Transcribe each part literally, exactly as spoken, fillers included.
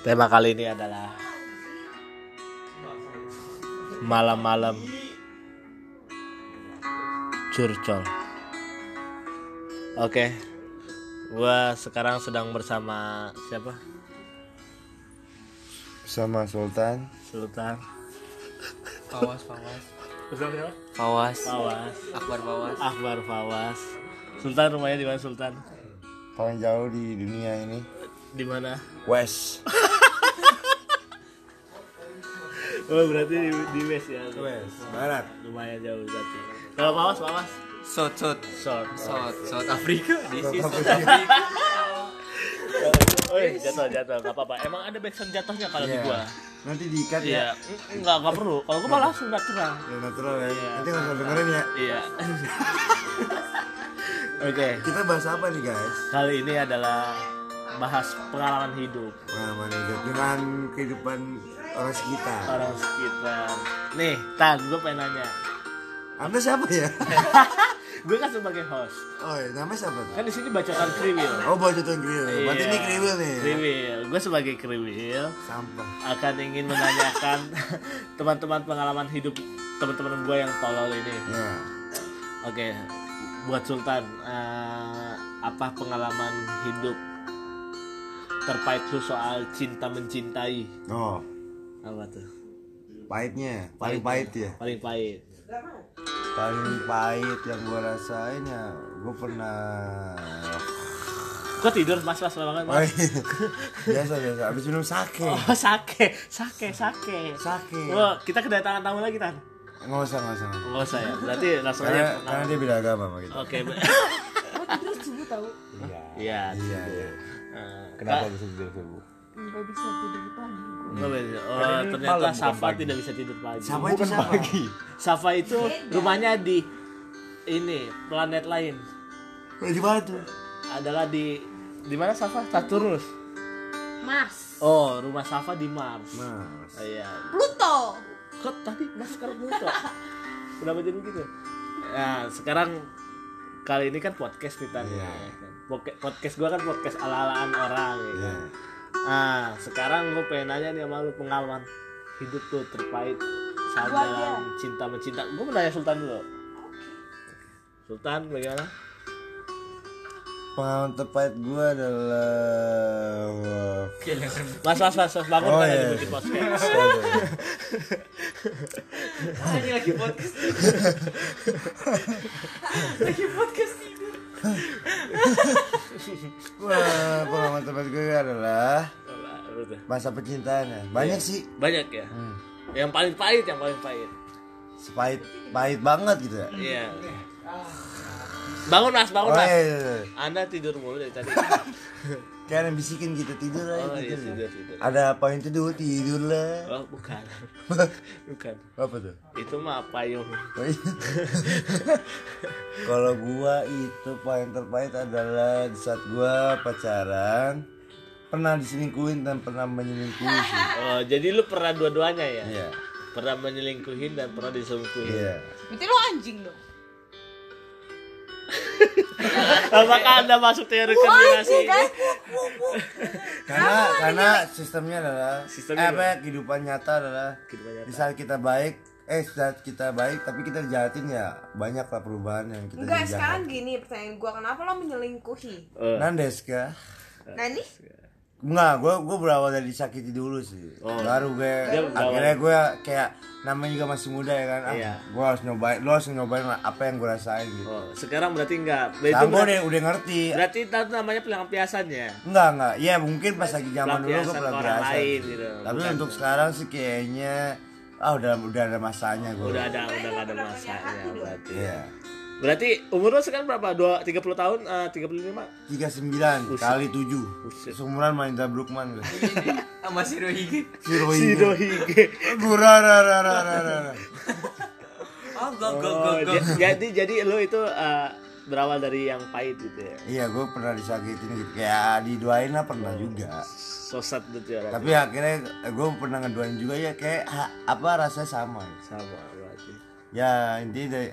Tema kali ini adalah malam-malam curcol. Oke, gua sekarang sedang bersama siapa? Sama Sultan. Sultan. Fawas, Fawas. Bersama siapa? Fawas. Fawas. Akbar Fawas. Akbar Fawas. Sultan rumahnya di mana Sultan? Paling jauh di dunia ini. Di mana? West. Oh berarti di, di West ya? West. Barat. Lumayan jauh berarti. Kalau Fawas, Fawas? South, South. Short. South, South Africa. Di sini South South Africa. Oh jatuh jatuh nggak apa-apa. Emang ada backsound jatuhnya kalau di Iya. gua? Nanti diikat Iya. ya. Enggak enggak perlu. Kalau gua malah langsung natural. Ya natural ya. Iya. Nanti nggak usah dengerin ya. Iya. Oke. Kita bahas apa nih guys? Kali ini adalah bahas pengalaman hidup Pengalaman hidup dengan kehidupan orang sekitar. orang sekitar. Nih, Tan, gua pengen nanya. Anda siapa ya? Gue kan sebagai host. Oh ya, namanya siapa? Kan di sini bacotan kriwil. Oh, Bojoton Kriwil. Berarti Iya. ini kriwil nih. Kriwil. Gue sebagai kriwil Sampah. akan ingin menanyakan teman-teman pengalaman hidup teman-teman gue yang tolol ini. Ya. Oke, buat Sultan, eh, apa pengalaman hidup terpahit lu soal cinta mencintai? Oh, Apa tuh? pahitnya, paling pahit ya. Paling pahit. Paling pahit yang gua rasain ya, gua pernah. Kok tidur mas mas banget Oh, mas? iya. biasa biasa. Abis minum sake. Oh sake, sake, sake. Sake. Oh kita kedatangan tamu lagi Tan? Nggak usah nggak usah. Nggak usah ya. Berarti langsung Karena, aja. karena dia beda agama sama kita. Oke. Terus subuh tahu Iya. Iya iya. Eh, Kenapa Kak, bisa tidur subuh? nggak bisa tidur pagi. nggak bisa. Oh, ini ternyata malam, bukan Safa pagi. tidak bisa tidur pagi. Siapa itu siapa? Safa itu rumahnya di ini planet lain. Di mana tuh? Adalah di di mana Safa? Saturnus. Mars, Oh, rumah Safa di Mars. Mas. Oh, iya. Pluto. Kok tadi Mas sekarang Pluto? Kenapa jadi begitu? Nah, sekarang kali ini kan podcast nih Tan. Iya. Poke- Podcast gua kan podcast ala-alaan orang ya. Iya. kan? Nah, sekarang gue pengen nanya nih sama lu pengalaman hidup tuh terpahit saat Gua dalam aja. cinta mencinta. Gue mau nanya Sultan dulu. Sultan bagaimana? Pengalaman terpahit gua adalah. Mas, mas, mas, mas bangun Oh, kan iya. lagi bikin podcast. Ah, ini lagi podcast. Lagi podcast tidur. Wah, pengalaman terpahit gue adalah Apa tuh? masa percintaannya. Banyak sih. Banyak ya. Hmm. Yang paling pahit, yang paling pahit. Sepahit, pahit banget gitu ya. Iya. Bangun mas, bangun Oh mas. iya, iya, iya. Anda tidur mulu dari tadi. Kayak ada yang bisikin gitu tidur aja Oh iya tidur. tidur tidur. Ada apa yang tidur tidur lah. Oh bukan, bukan. Apa tuh? Itu mah payung. Oh, iya. Kalau gua itu paling terpahit adalah di saat gua pacaran pernah diselingkuhin dan pernah menyelingkuhi sih. Oh jadi lu pernah dua-duanya ya? Iya. Pernah menyelingkuhin dan pernah diselingkuhin. Iya. Berarti lo anjing dong. Apakah anda masuk teori konspirasi ini? Karena karena sistemnya adalah Sistemnya eh, apa ya, kehidupan nyata adalah Kehidupan nyata. di saat kita baik eh saat kita baik tapi kita dijahatin ya banyak lah perubahan yang kita Enggak, jadi sekarang jahat. gini pertanyaan gua, kenapa lo menyelingkuhi? Oh. Nandes kah? Nah nih, Enggak, gue gue berawal dari disakiti dulu sih. Oh. Baru gue Dia berawal. akhirnya gue kayak namanya juga masih muda ya kan. Ah, Iya. gue harus nyobain, lo harus nyobain apa yang gue rasain gitu. Oh, sekarang berarti enggak. Itu Sekarang gue berarti, udah, udah ngerti. berarti itu namanya pelampiasan ya. Enggak enggak, ya mungkin pas lagi zaman dulu gue Pelampiasan ke orang pelampiasan. lain gitu. Tapi Bukan- untuk sekarang sih kayaknya ah udah udah ada masanya gue. Udah ada udah enggak ada masanya berarti. Iya. Berarti umur lu sekarang berapa? Dua tiga puluh tahun, eh, tiga puluh lima? tiga puluh sembilan Buset. kali tujuh. Buset. Seumuran Mahendra Brukman gue. Sama si Rohige. Si Sidohige. Gura ra ra ra ra ra. Oh, go go go Oh, go. j- jadi jadi lu itu eh, berawal dari yang pahit gitu ya. Iya, gue pernah disakitin gitu. Kayak diduain lah pernah juga. Sosat gitu ya. Tapi akhirnya gue pernah ngeduain juga ya kayak ha- apa rasanya sama. sama berarti. Ya intinya dari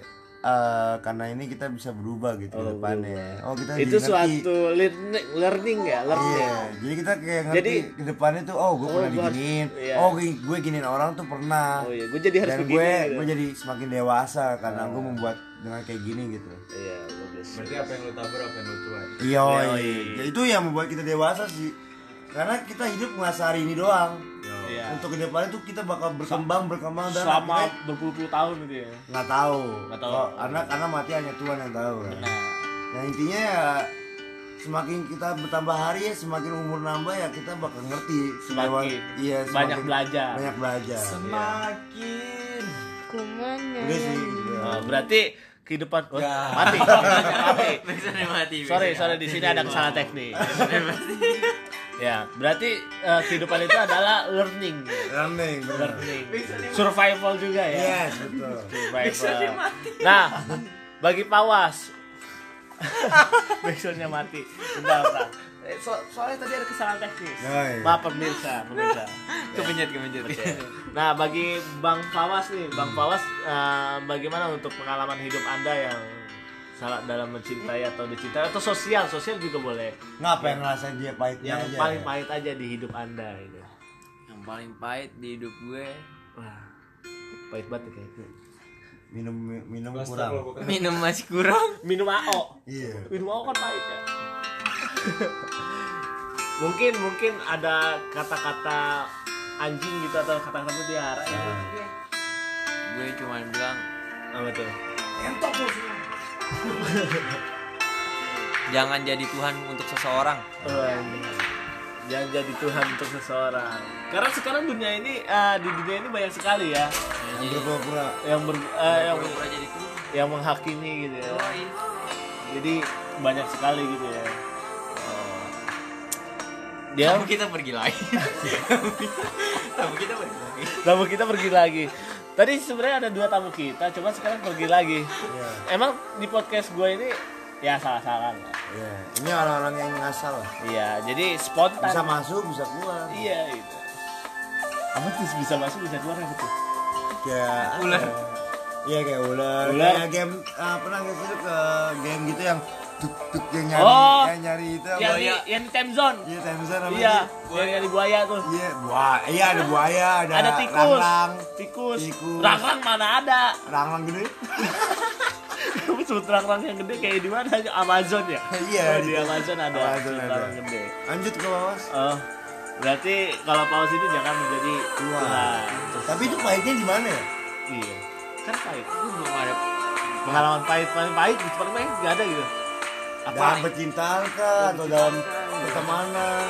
eh, karena ini kita bisa berubah gitu Oh, ke depannya. Oh kita Itu jadi ngerti. suatu learning, learning ya, learning. Iya, jadi kita kayak ngerti Jadi- ke depannya tuh, oh gue Oh, pernah gua harus- diginiin, iya. oh gue, gue giniin orang tuh pernah. Oh iya, gue jadi harus Dan begini. gue gitu. gue jadi semakin dewasa karena gue membuat dengan kayak gini gitu. Iya, bagus. Berarti apa yang lu tabur apa yang lu tuai? Iya, Iya, iya. iya. Ya, itu yang membuat kita dewasa sih. Karena kita hidup nggak sehari ini doang. Iya. Untuk kedepannya tuh kita bakal berkembang berkembang dan Selama akhirnya berpuluh-puluh tahun gitu ya. nggak tahu. Nggak tahu. Kok, karena karena mati hanya Tuhan yang tahu kan. Nah, Yang intinya ya semakin kita bertambah hari ya semakin umur nambah ya kita bakal ngerti Semakin iya, banyak belajar. banyak belajar. Semakin Kumanya. Udah sih. Gitu. Nah, berarti kehidupan oh, Ya. mati, mati. Biasanya mati. Sorry, biasanya sorry mati. di sini ada kesalahan teknis. Ya, berarti eh, kehidupan itu adalah learning, Learning, bener. learning, survival juga ya. Yes, betul. Survival. Nah, bagi Pawas, backsoundnya mati. Bentar, bentar. Eh, so, soalnya tadi ada kesalahan teknis. Oh, iya. Maaf pemirsa, pemirsa. Kepencet kepencet. Nah, bagi Bang Pawas nih, Bang Pawas, eh, bagaimana untuk pengalaman hidup Anda yang salah dalam mencintai atau dicintai atau sosial, sosial juga boleh. Ngapain ngerasain dia pahitnya Yang aja. paling pahit aja di hidup Anda gitu. Yang paling pahit di hidup gue Wah, pahit banget ya kayak itu. Minum minum kurang. minum masih kurang. Minum A O. Iya. Minum A O kan pahit ya. mungkin mungkin ada kata-kata anjing gitu atau kata-kata mutiara gitu. Gue cuma bilang Apa tuh? jangan jadi Tuhan untuk seseorang. Wah, jangan jadi Tuhan untuk seseorang. Karena sekarang dunia ini eh, di dunia ini banyak sekali ya Yang berpura-pura. yang ber, eh, yang Pura-pura jadi Tuhan. yang menghakimi gitu ya. Jadi banyak sekali gitu ya. Oh. Dia Tamu kita pergi lagi. Tamu kita pergi lagi. tamu kita pergi lagi. Tadi sebenarnya ada dua tamu kita, coba sekarang pergi lagi. Iya. Emang di podcast gue ini ya salah-salah ya. Iya. Ini orang-orang yang ngasal. Iya, jadi spontan. Bisa masuk, bisa keluar. Iya gitu. Apa tuh bisa masuk bisa keluar gitu? Kayak Ular. Iya kayak ular. Ular. Kayak game uh, pernah nggak sih lu ke game gitu yang tuk tuk yang nyari Oh. yang nyari itu apa? Yang di, yang di time zone. Iya, Timeson apa Iya, sih? yang nyari buaya tuh. Iya, buaya. Iya ada buaya, ada, Ada tikus. ranglang, Tikus. Tikus. Ranglang mana ada? ranglang gede. Kamu sebut ranglang yang gede kayak di mana? Amazon ya? Iya, Oh, di di- Amazon ada Amazon ada. ranglang gede. Lanjut ke bawah. Oh, berarti kalau paus itu jangan menjadi Tuhan. Tuhan. Tapi itu pahitnya di mana ya? Iya, kan pahit. Gue belum ada. Pengalaman pahit paling pahit di tempat main nggak ada gitu. Apa? Dalam percintaan kah atau dalam pertemanan?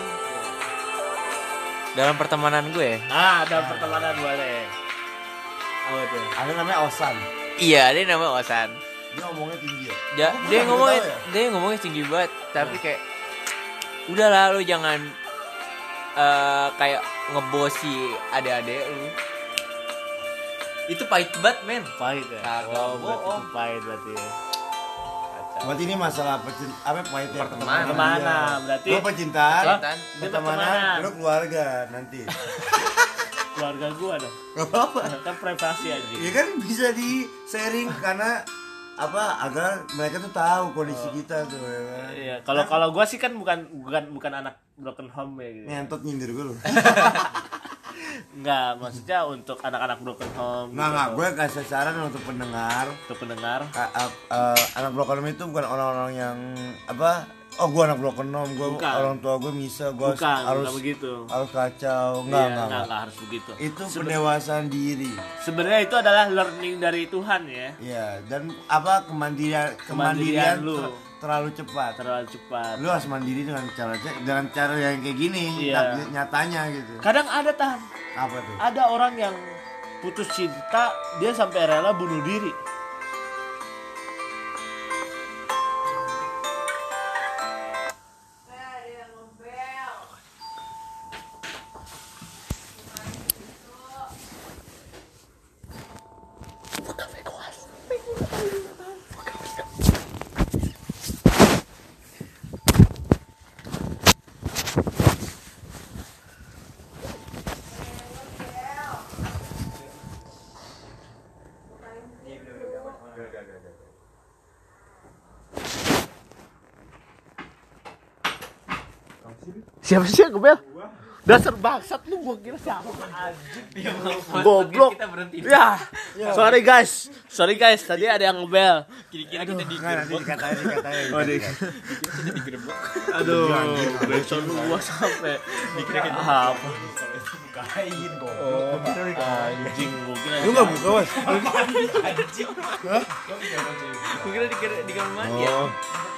Dalam pertemanan gue. Ah, dalam pertemanan boleh. Apa tuh? Ada namanya Osan. Iya, dia namanya Osan. Dia ngomongnya tinggi ya. Ja, Aku dia pernah ngomongnya tahu ya? dia ngomongnya tinggi banget, tapi kayak udahlah lu jangan eh, kayak ngebosi adik-adik lu. Itu pahit banget, men. Pahit ya? Kagak Oh, berarti bohong. itu pahit berarti. Kacau. Berarti ini masalah percin apa pahitnya Pertemanan. Pertemanan, berarti Lu percintaan, Percintaan. Dia pertemanan, pertemanan. lu keluarga nanti. keluarga gua ada. Gak apa-apa. Kan privasi aja. Ya kan bisa di sharing karena apa agar mereka tuh tahu kondisi kita tuh ya kan. Iya, kalau kalau gua sih kan bukan bukan bukan anak broken home ya gitu. Ngentot nyindir gue lu. Enggak, maksudnya untuk anak-anak broken home. Nggak gitu, nggak, atau gue kasih saran untuk pendengar. untuk pendengar. A- a- a- anak broken home itu bukan orang-orang yang apa? Oh gue anak broken home, gue Bukan. orang tua gue misa, gue Bukan, harus bukan begitu. harus kacau. Enggak, Iya, enggak, enggak, enggak. enggak harus begitu. Itu Seben- pendewasaan diri. Sebenarnya itu adalah learning dari Tuhan ya. Iya, dan apa kemandirian Kemandirian kemandirian lu. ter- terlalu cepat. Terlalu cepat. Lu harus mandiri dengan cara dengan cara yang kayak gini, Iya. tapi nyatanya gitu. Kadang ada tahan, Apa tuh? ada orang yang putus cinta, dia sampai rela bunuh diri. Siapa sih yang ngebel? Dasar bangsat lu, gua kira siapa anjing. Goblok. Kita berhenti. Ya. Sorry guys. Sorry guys, tadi ada yang ngebel. Kira-kira kita di Nggak, nanti dikatain dikatain. Oh, di- kita digerebek. Aduh, besok gua sampai Dikira kita apa? bukain kok. Oh, anjing, gua kira. Lu nggak buka was? Anjing. Gua kira di di kamar mandi ya. Oh,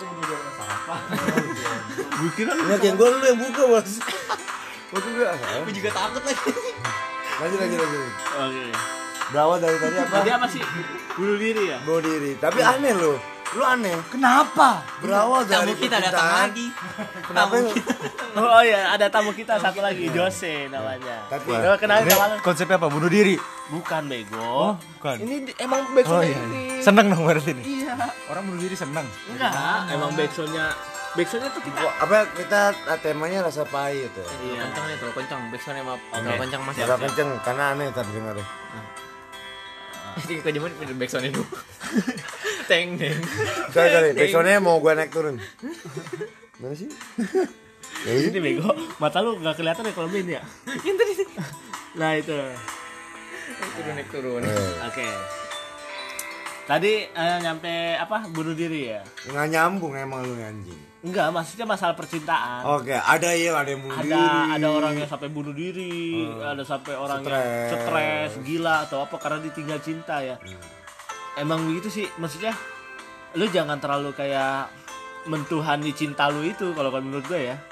Gua kira nggak yang gue lu yang buka was. Waktu gue Gua juga takut lagi. lanjut lanjut lanjut. Oke. Berawal dari tadi apa? Tadi apa sih? Bunuh diri ya? Bunuh diri. Tapi aneh lu. Lu aneh. Kenapa? Berawal dari Tamu kita datang percintaan. lagi. Kenapa? lu? Oh iya, ada tamu kita satu lagi, Jose namanya. Tapi Coba kenalin sama lu. Konsepnya apa? Bunuh diri? Bukan bego. Oh, bukan. Ini di- emang backsoundnya ini. Seneng dong berarti nih. Iya. Orang bunuh diri seneng. Enggak, emang backsoundnya backsoundnya tuh kita. apa kita temanya rasa pahit ya? Iya. Kencang nih, terlalu kencang. Backsoundnya maaf. Oke. Terlalu kencang Mas. Terlalu kenceng karena aneh tadi dengarnya. Jadi kau jaman backsoundnya dulu. Teng teng. Sorry sorry, backsoundnya mau gue naik turun. Mana sih? Ini bego. Mata lu enggak kelihatan ya kalau main ya? Yang tadi. Nah, itu. Turun naik turun. Oke. Tadi eh, nyampe apa? Bunuh diri ya? Nggak nyambung emang lu anjing. Enggak, maksudnya masalah percintaan. Oke, ada ya, ada yang bunuh ada diri. ada orang yang sampai bunuh diri, ada sampai orang yang Stres. stres, gila atau apa karena ditinggal cinta ya. Emang begitu sih, maksudnya lu jangan terlalu kayak mentuhani cinta lu itu kalau kan menurut gue ya.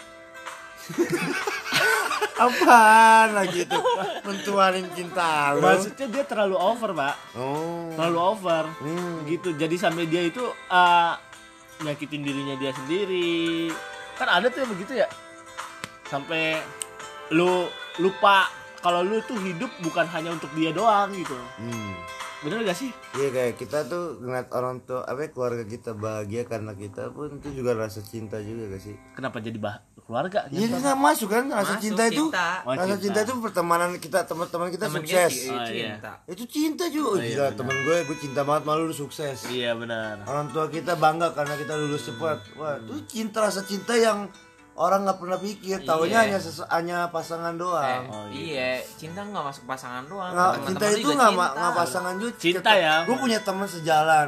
Apaan lagi itu? Mentuanin cinta lu. Maksudnya dia terlalu over, Pak. Oh. Terlalu over. Hmm. Gitu. Jadi sampai dia itu uh, nyakitin dirinya dia sendiri. Kan ada tuh yang begitu ya. Sampai lu lupa kalau lu tuh hidup bukan hanya untuk dia doang gitu. Hmm. Bener gak sih? Iya kayak kita tuh ngeliat orang tua apa ya, keluarga kita bahagia karena kita pun itu juga rasa cinta juga gak sih? Kenapa jadi bah keluarga? Iya itu nggak masuk kan rasa Masuk, cinta itu. cinta. Oh, Rasa cinta. cinta itu pertemanan kita teman-teman kita Temen sukses. kita Oh, iya. cinta. Itu cinta juga. Oh, iya, gila benar. temen gue gue cinta banget malu lu sukses. Iya benar. Orang tua kita bangga karena kita lulus cepat. Wah itu cinta rasa cinta yang orang nggak pernah pikir. Taunya Iya. hanya sesu- hanya pasangan doang. Oh, gitu. Iya, cinta nggak masuk pasangan doang. Nggak, Teman-teman cinta lu itu juga nggak ma- cinta. nggak pasangan juga. Cinta ya. Gue punya teman sejalan.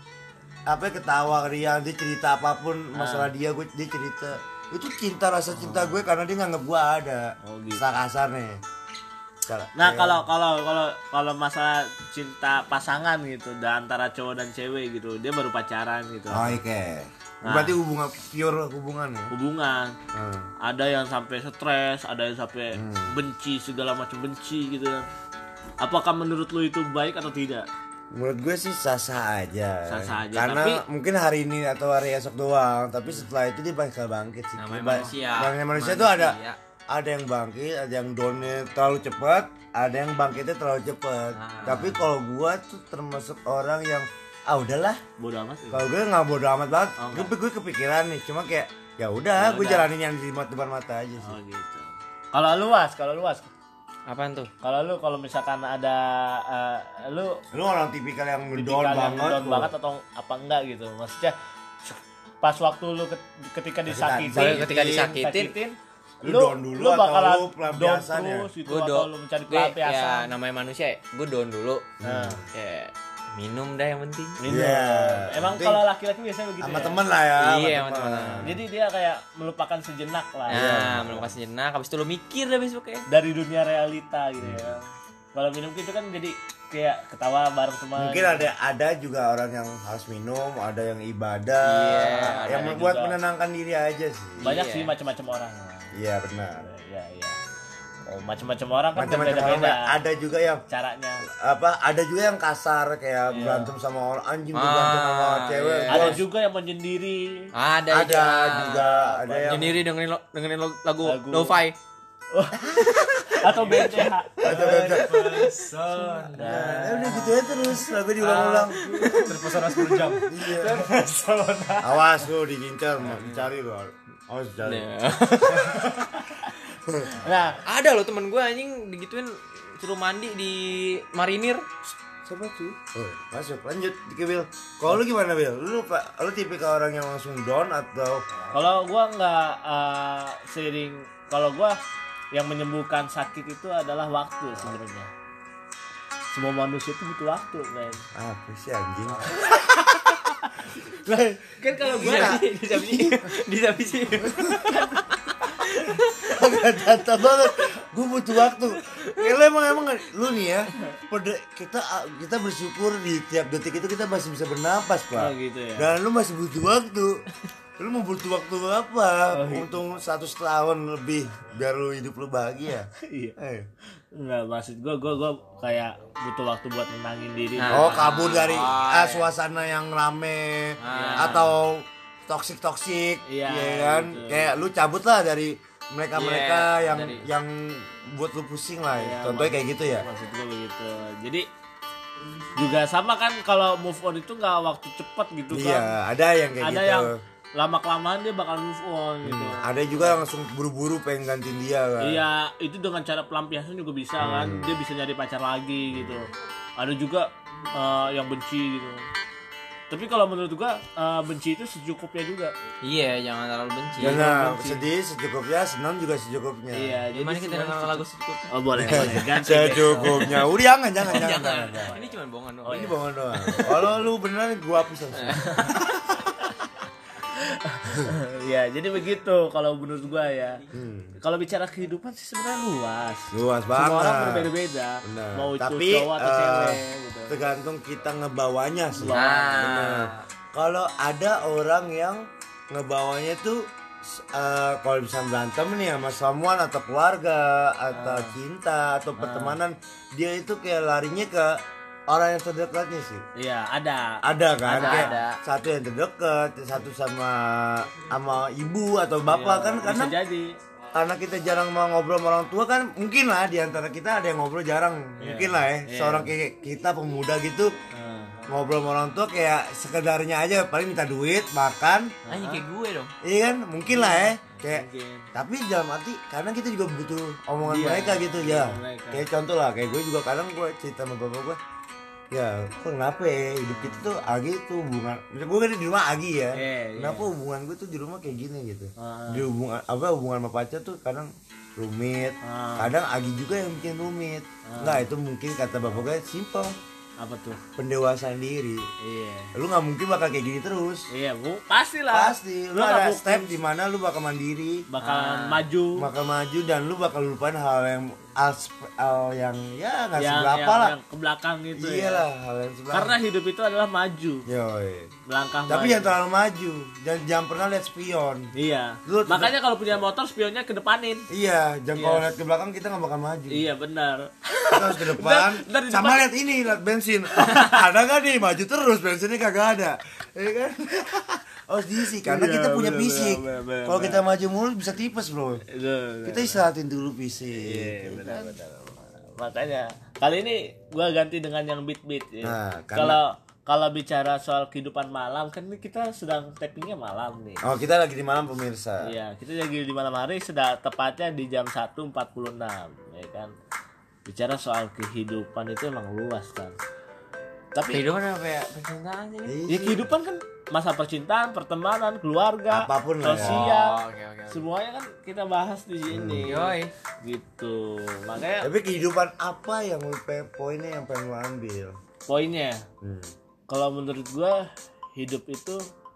Apa ya, ketawa dia dia cerita apapun masalah dia gue dia cerita. Itu cinta rasa cinta gue karena dia nganggap gue ada. Oh, gitu. Bisa kasar nih. Kalau- Nah kayak- kalau kalau kalau kalau masalah cinta pasangan gitu, dan antara cowok dan cewek gitu, dia baru pacaran gitu. Oh iya. Nah. Berarti hubungan pure hubungan ya. Hubungan. Hmm. Ada yang sampai stres, ada yang sampai Hmm. benci segala macam benci gitu. Apakah menurut lu itu baik atau tidak? Menurut gue sih sah-sah aja. Sah-sah aja, Karena tapi- mungkin hari ini atau hari esok doang, tapi setelah itu dia bakal bangkit sih. Namanya Ba- manusia. Namanya manusia itu ada Manusia. ada yang bangkit, ada yang downnya terlalu cepat, ada yang bangkitnya terlalu cepat. Nah. Tapi kalau gua tuh termasuk orang yang ah udahlah. Bodoh amat. Ya? Kalau gue nggak bodo amat banget. Oh, gue gue kepikiran nih, cuma kayak ya udah, gue udah. jalanin yang di depan mata aja sih. Oh gitu. Kalau luas, kalau luas. Apaan tuh? Kalau lu kalau misalkan ada eh, lu Lu orang tipikal yang tipikal ngedown yang banget, down lu. banget atau apa enggak gitu. Maksudnya pas waktu lu ket- ketika disakitin, Ketika- ketika disakitin, lu lu down dulu lu atau bakalan lu down pelampiasan ya? terus gitu Gue atau do, lu mencari gue ya pelampiasan. namanya manusia, ya, gue down dulu. Nah, Kayak minum dah yang penting. minum. Iya. Emang Penting kalau laki-laki biasanya begitu sama ya. temen lah ya. Iya, sama sama temen. Jadi dia kayak melupakan sejenak lah ya. Nah, melupakan sejenak, habis itu lo mikir dah besoknya. dari dunia realita gitu ya. Kalau minum gitu kan jadi kayak ketawa bareng teman. Mungkin ada ada juga orang yang harus minum, ada yang ibadah, Iya, yang ada membuat juga. menenangkan diri aja sih. Banyak Iya. sih macam-macam orang. Iya benar. Iya, iya. Oh, macam-macam orang kan Macam-macam orang berbeda-beda ada juga yang caranya. apa? Ada juga yang kasar kayak Iya. berantem sama orang anjing tuh Ah, berantem sama cewek. iya. Ada Gua- juga yang menyendiri. Ada, ada juga ada yang Sendiri dengerin lo- dengerin lo- lagu, Lagu. lo-fi. Atau B C H. ada beda. Nah, Ya udah gitu aja terus lagu diulang-ulang. Terpesona sepuluh jam. Iya. Awas lu digincar, dicari lu. Awas dicari. nah, Ada loh temen gue anjing digituin suruh mandi di marinir. Siapa tuh? Oh, masuk. Lanjut, Diki Bil. Kalau lu gimana, Bil? Lu Pak, lu tipikal orang yang langsung down atau kalau gua nggak uh, seiring kalau gua yang menyembuhkan sakit itu adalah waktu sebenarnya. Semua manusia itu butuh waktu, men. Apa sih anjing? Kan kalau gua Disabisi, disabisi. Agak data banget. Gue butuh waktu. Ya, lu emang emang lu nih ya. Pada kita kita bersyukur di tiap detik itu kita masih bisa bernapas, Pak. Oh, gitu ya. Dan lu masih butuh waktu. Lu mau butuh waktu apa? Oh, gitu. Untung satu tahun lebih biar lu hidup lu bahagia. Iya. Eh. Enggak, maksud gua gua gua kayak butuh waktu buat menangin diri. Nah. Oh, kabur dari Oh, ah, iya. suasana yang rame Ah. atau toksik-toksik, Iya, ya kan? gitu. Kayak lu cabut lah dari mereka-mereka Iya, yang dari- yang buat lu pusing lah. Iya, Contohnya mak- kayak gitu ya. Maksud gue begitu. Jadi juga sama kan kalau move on itu nggak waktu cepat gitu Iya, kan. ada yang kayak Ada gitu. yang lama kelamaan dia bakal move on gitu. Hmm, ada juga yang langsung buru-buru pengen gantiin dia kan. Iya, itu dengan cara pelampiasan juga bisa kan. Hmm. Dia bisa nyari pacar lagi gitu. Ada juga eh, yang benci gitu. Tapi kalau menurut gua eh, benci itu secukupnya juga. Iya, jangan terlalu benci. Jangan benci. sedih secukupnya, senang juga secukupnya. Iya, Gimana kita sebenarnya dengar lagu secukup- secukupnya? Oh, boleh, boleh. Ganti. Secukupnya. Udah jangan, jangan, jangan. Jangan. jangan, jangan. Ini cuma bohongan doang. Oh, Ini iya. bohongan doang. Kalau lu beneran gua hapus langsung. Ya, jadi begitu kalau menurut gua ya. Hmm. Kalau bicara kehidupan sih sebenarnya luas. Luas Semua orang banget. berbeda-beda. Benar. Mau itu Tapi cowok atau eh, cewek gitu. tergantung kita ngebawanya sih. Nah. Benar. Kalau ada orang yang ngebawanya tuh eh, kalau bisa berantem nih sama someone atau keluarga atau Ah. cinta atau pertemanan, dia itu kayak larinya ke orang yang terdekatnya sih. Iya, ada. Ada kan? Ada, Kayak ada. satu yang terdekat, satu sama sama ibu atau bapak Iya, kan, bisa karena jadi. karena kita jarang mau ngobrol sama orang tua kan, mungkin lah di antara kita ada yang ngobrol jarang. Iya. Mungkin lah ya, Iya. seorang kayak kita pemuda gitu Nah, ngobrol sama orang tua kayak sekedarnya aja, paling minta duit, makan, Anjing kayak gue dong. iya kan? Mungkin lah ya. Kayak mungkin. tapi dalam arti karena kita juga butuh omongan Iya, mereka gitu iya, ya. mereka. Kayak contoh lah, kayak gue juga kadang gue cerita sama bapak gue, ya kok kenapa ya hidup kita tuh Agi tuh hubungan, gue kan di rumah Agi ya, Iya, kenapa iya. hubungan gue tuh di rumah kayak gini gitu. Ah. Di hubungan apa hubungan sama pacar tuh kadang rumit, Ah. kadang Agi juga yang bikin rumit. Enggak, itu mungkin kata bapak gue simpel, Apa tuh? pendewasaan diri. Iya. Lu nggak mungkin bakal kayak gini terus. Iya, Bu. Pastilah. Pasti, lu Lu ada nggak step fokus. di mana lu bakal mandiri, Bakalan maju. bakal maju, dan lu bakal lupain hal yang as, hal yang ya nggak yang, seberapa yang, lah. yang ke belakang gitu ya. Iyalah, hal yang seberapa. Karena hidup itu adalah maju. Yoi. Melangkah Tapi maju. jangan terlalu maju, jangan jangan pernah lihat spion. Iya. Lu- Makanya kalau punya motor spionnya ke depanin. Iya, jangan Iya. kalau lihat ke belakang kita nggak bakal maju. Iya, benar. Kita harus ke depan. Ntar- ntar di Sama depan- lihat ini, lihat bensin. Ada nggak nih? Maju terus, bensinnya kagak ada. Iya kan? Harus diisi karena Iya, kita punya bener, fisik. bener, bener, Kalau bener. kita maju mulu bisa tipes, Bro. Itu. Kita istirahatin dulu fisik. Iya, benar benar. Makanya kali ini gua ganti dengan yang beat-beat ya. Nah, karena- Kalau kalau bicara soal kehidupan malam kan ini kita sedang tappingnya malam nih. Oh, kita lagi di malam pemirsa. Iya, kita lagi di malam hari, sudah tepatnya di jam satu empat puluh enam, ya kan. Bicara soal kehidupan itu emang luas kan. Tapi Kehidupan apa ya? Percintaan sih. Iya ya sih. kehidupan kan masa percintaan, pertemanan, keluarga, Apapun lah ya. sosial. Oh, oke, oke, oke. Semuanya kan kita bahas di sini. Yoi. Gitu. Makanya Tapi kehidupan apa yang lu pe- poinnya yang pengen lu ambil? poinnya Hmm. kalau menurut gua hidup itu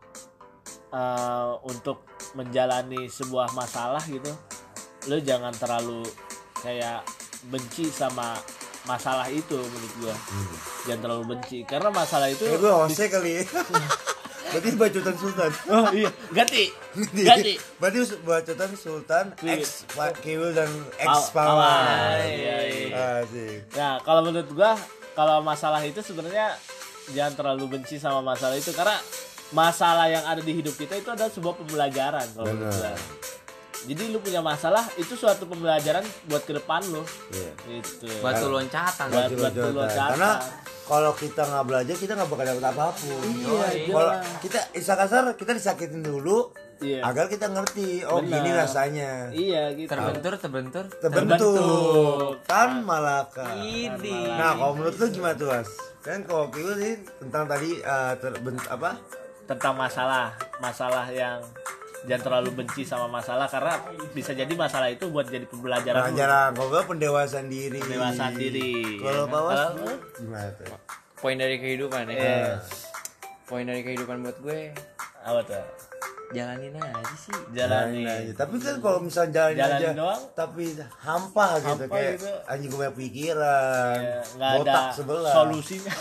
uh, untuk menjalani sebuah masalah gitu, lo jangan terlalu kayak benci sama masalah itu menurut gua. Jangan terlalu benci karena masalah itu Eh, gue Jose kali ya. Berarti bacotan Sultan. oh iya ganti ganti Berarti bacotan Sultan Kiwil. X Pak Kiwil dan X Paw- Pawan. Pawan. Iya, iya. Asik. Nah, kalau menurut gua, kalau masalah itu sebenarnya jangan terlalu benci sama masalah itu karena masalah yang ada di hidup kita itu adalah sebuah pembelajaran kalau menurut gua. Benar. Jadi lu punya masalah itu suatu pembelajaran buat ke depan lu. Iya. Gitu. Batu loncatan. Buat- Batu batu loncatan. loncatan. Karena kalau kita nggak belajar kita nggak bakal dapet apapun. Iya, Kalau jelas. kita isa kasar kita disakitin dulu Iya. agar kita ngerti. Oh Benar. gini rasanya. Iya gitu. Terbentur, terbentur. Terbentuk. Terbentuk. Kan malaka. Ini. Nah, kalau menurut lu gimana tuh, Mas? Kan kalau Kiwil sih tentang tadi eh, terbent apa? Tentang masalah, masalah yang jangan terlalu benci sama masalah karena bisa jadi masalah itu buat jadi pembelajaran. Pelajaran, kalau gue pendewasaan diri. Pendewasaan diri. Kalau ya, Pak Was, kalau- gimana tuh? Poin dari kehidupan ya. Iya. Poin dari kehidupan buat gue Apa tuh? jalanin aja sih. Jalani. Jalanin aja. Tapi kan kalau misalnya jalanin, Jalanin aja, doang. tapi hampa gitu Hampa kayak gitu. anjing gue punya pikiran, Ya, nggak ada botak sebelah. solusinya.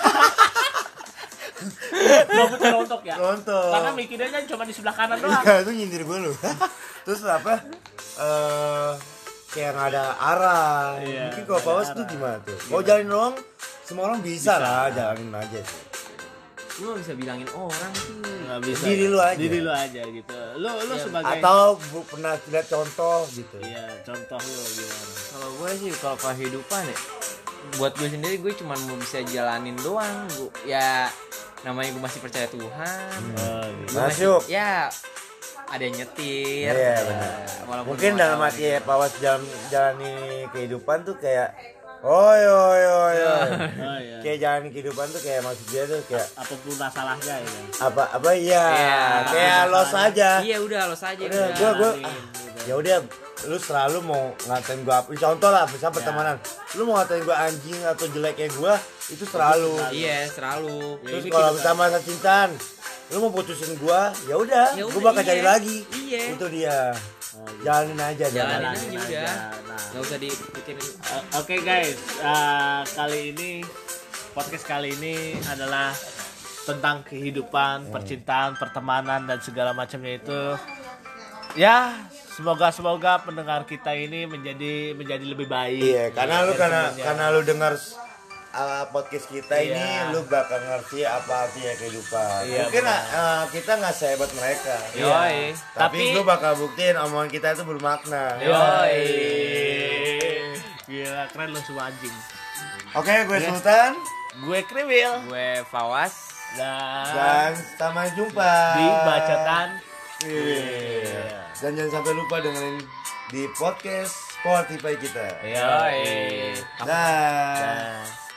Rambutnya rontok ya? Rontok. Karena mikirnya cuma di sebelah kanan doang. Iya, itu nyindir gue lu. Terus apa? Eh kayak nggak ada arah. Iya, Mungkin kalau nggak Pak ada Was tuh arah. gimana tuh? Kalau jalanin doang, semua orang bisa, Bisa. lah, jalanin aja sih. Lu gak bisa bilangin orang sih. Nggak bisa. Diri lu aja. Diri lu aja gitu. Lu lu Iya. sebagai Atau bu- pernah lihat contoh gitu. Iya, contoh lu gimana? Kalau gue sih kalau kehidupan ya, buat gue sendiri gue cuma mau bisa jalanin doang. Gua, ya namanya gue masih percaya Tuhan. Oh, gitu. Gua masih- Masuk. ya ada yang nyetir. Iya, ya, benar. walaupun Mungkin gua dalam tahu hati ya, Pak Was jalan jalani kehidupan tuh kayak oi oi oi oi. Oh iya. Kayak jalani kehidupan tuh kayak maksud dia tuh kayak Apapun masalahnya ya. apa apa iya Iya, kayak tapi los aja. Iya udah lo saja. Udah, gua gua jalanin, ah, gitu. ya udah lu selalu mau ngatain gua apa contoh lah misal pertemanan lu mau ngatain gua anjing atau jelek kayak gua itu selalu Iya selalu. Ya, terus ini kalau kehidupan. sama masa cintaan lu mau putusin gua ya udah Ya gua udah, bakal iya. cari lagi Iya. itu dia Oh, gitu. jalanin aja Jalanin jalanin aja Jalanin udah. aja. Nah. Gak usah dipikirin. O- Oke guys, uh, kali ini podcast kali ini adalah tentang kehidupan, percintaan, pertemanan dan segala macamnya itu. Ya, semoga semoga pendengar kita ini menjadi menjadi lebih baik. iya karena lu dari karena sebelumnya. karena lu dengar uh, podcast kita Iya. ini lu bakal ngerti apa artinya kehidupan Iya, mungkin benar. uh, kita nggak sehebat mereka Yoi. tapi, Tapi- lu bakal buktiin omongan kita itu bermakna. Yoi. Gila, keren lu semua anjing. Oke, gue Sultan Gue Kriwil Gue Fawas. dan, dan sampai jumpa di bacotan. Iya. Dan jangan sampai lupa dengerin di podcast Spotify kita. Yoi. Dah. Dah.